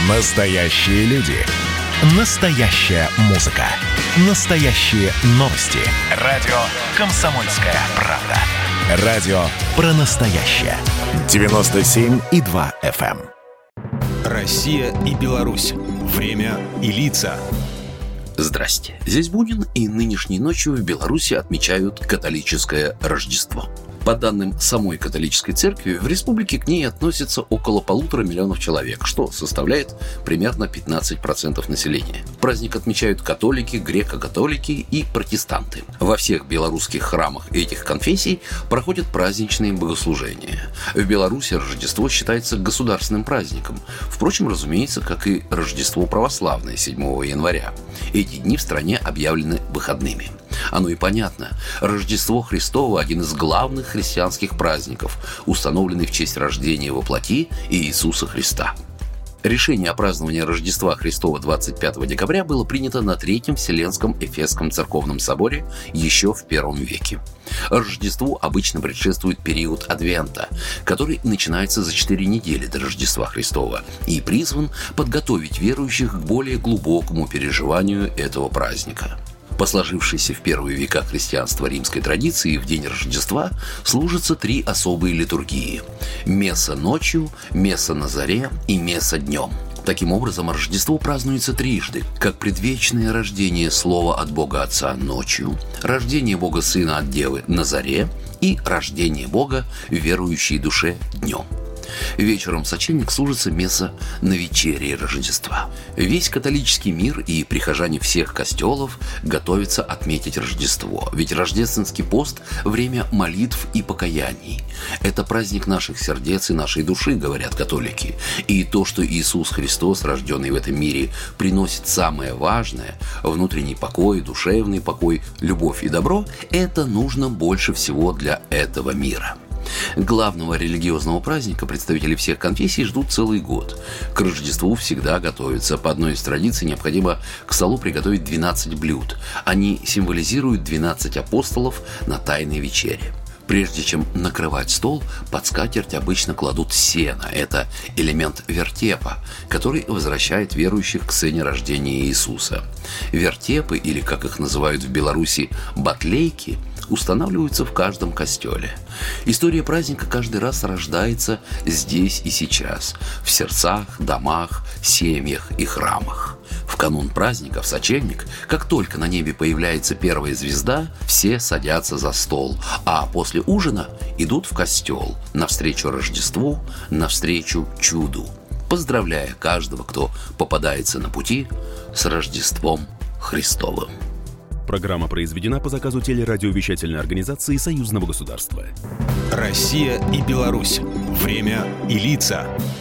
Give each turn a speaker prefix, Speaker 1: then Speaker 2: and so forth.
Speaker 1: Настоящие люди. Настоящая музыка. Настоящие новости. Радио «Комсомольская правда». Радио про настоящее. 97,2 FM.
Speaker 2: Россия и Беларусь. Время и лица.
Speaker 3: Здрасте, здесь Бунин, и нынешней ночью в Беларуси отмечают католическое Рождество. По данным самой католической церкви, в республике к ней относится около 1,5 миллиона человек, что составляет примерно 15% населения. Праздник отмечают католики, греко-католики и протестанты. Во всех белорусских храмах этих конфессий проходят праздничные богослужения. В Беларуси Рождество считается государственным праздником. Впрочем, разумеется, как и Рождество православное 7 января. Эти дни в стране объявлены выходными. Оно и понятно. Рождество Христово – один из главных христианских праздников, установленный в честь рождения во плоти Иисуса Христа. Решение о праздновании Рождества Христова 25 декабря было принято на Третьем Вселенском Эфесском церковном соборе еще в I веке. Рождеству обычно предшествует период Адвента, который начинается за 4 недели до Рождества Христова и призван подготовить верующих к более глубокому переживанию этого праздника. По сложившейся в первые века христианства римской традиции в день Рождества служатся 3 особые литургии – месса ночью, месса на заре и месса днем. Таким образом, Рождество празднуется трижды, как предвечное рождение Слова от Бога Отца ночью, рождение Бога Сына от Девы на заре и рождение Бога в верующей душе днем. Вечером в сочельник служится месса на вечерие Рождества. Весь католический мир и прихожане всех костелов готовятся отметить Рождество. Ведь рождественский пост – время молитв и покаяний. Это праздник наших сердец и нашей души, говорят католики. И то, что Иисус Христос, рожденный в этом мире, приносит самое важное – внутренний покой, душевный покой, любовь и добро – это нужно больше всего для этого мира. Главного религиозного праздника представители всех конфессий ждут целый год. К Рождеству всегда готовятся. По одной из традиций необходимо к столу приготовить 12 блюд. Они символизируют 12 апостолов на Тайной вечере. Прежде чем накрывать стол, под скатерть обычно кладут сено. Это элемент вертепа, который возвращает верующих к сцене рождения Иисуса. Вертепы, или, как их называют в Беларуси, батлейки, устанавливаются в каждом костеле. История праздника каждый раз рождается здесь и сейчас, в сердцах, домах, семьях и храмах. В канун праздника, в сочельник, как только на небе появляется первая звезда, все садятся за стол, а после ужина идут в костел навстречу Рождеству, навстречу чуду, поздравляя каждого, кто попадается на пути, с Рождеством Христовым.
Speaker 2: Программа произведена по заказу телерадиовещательной организации Союзного государства. Россия и Беларусь. Время и лица.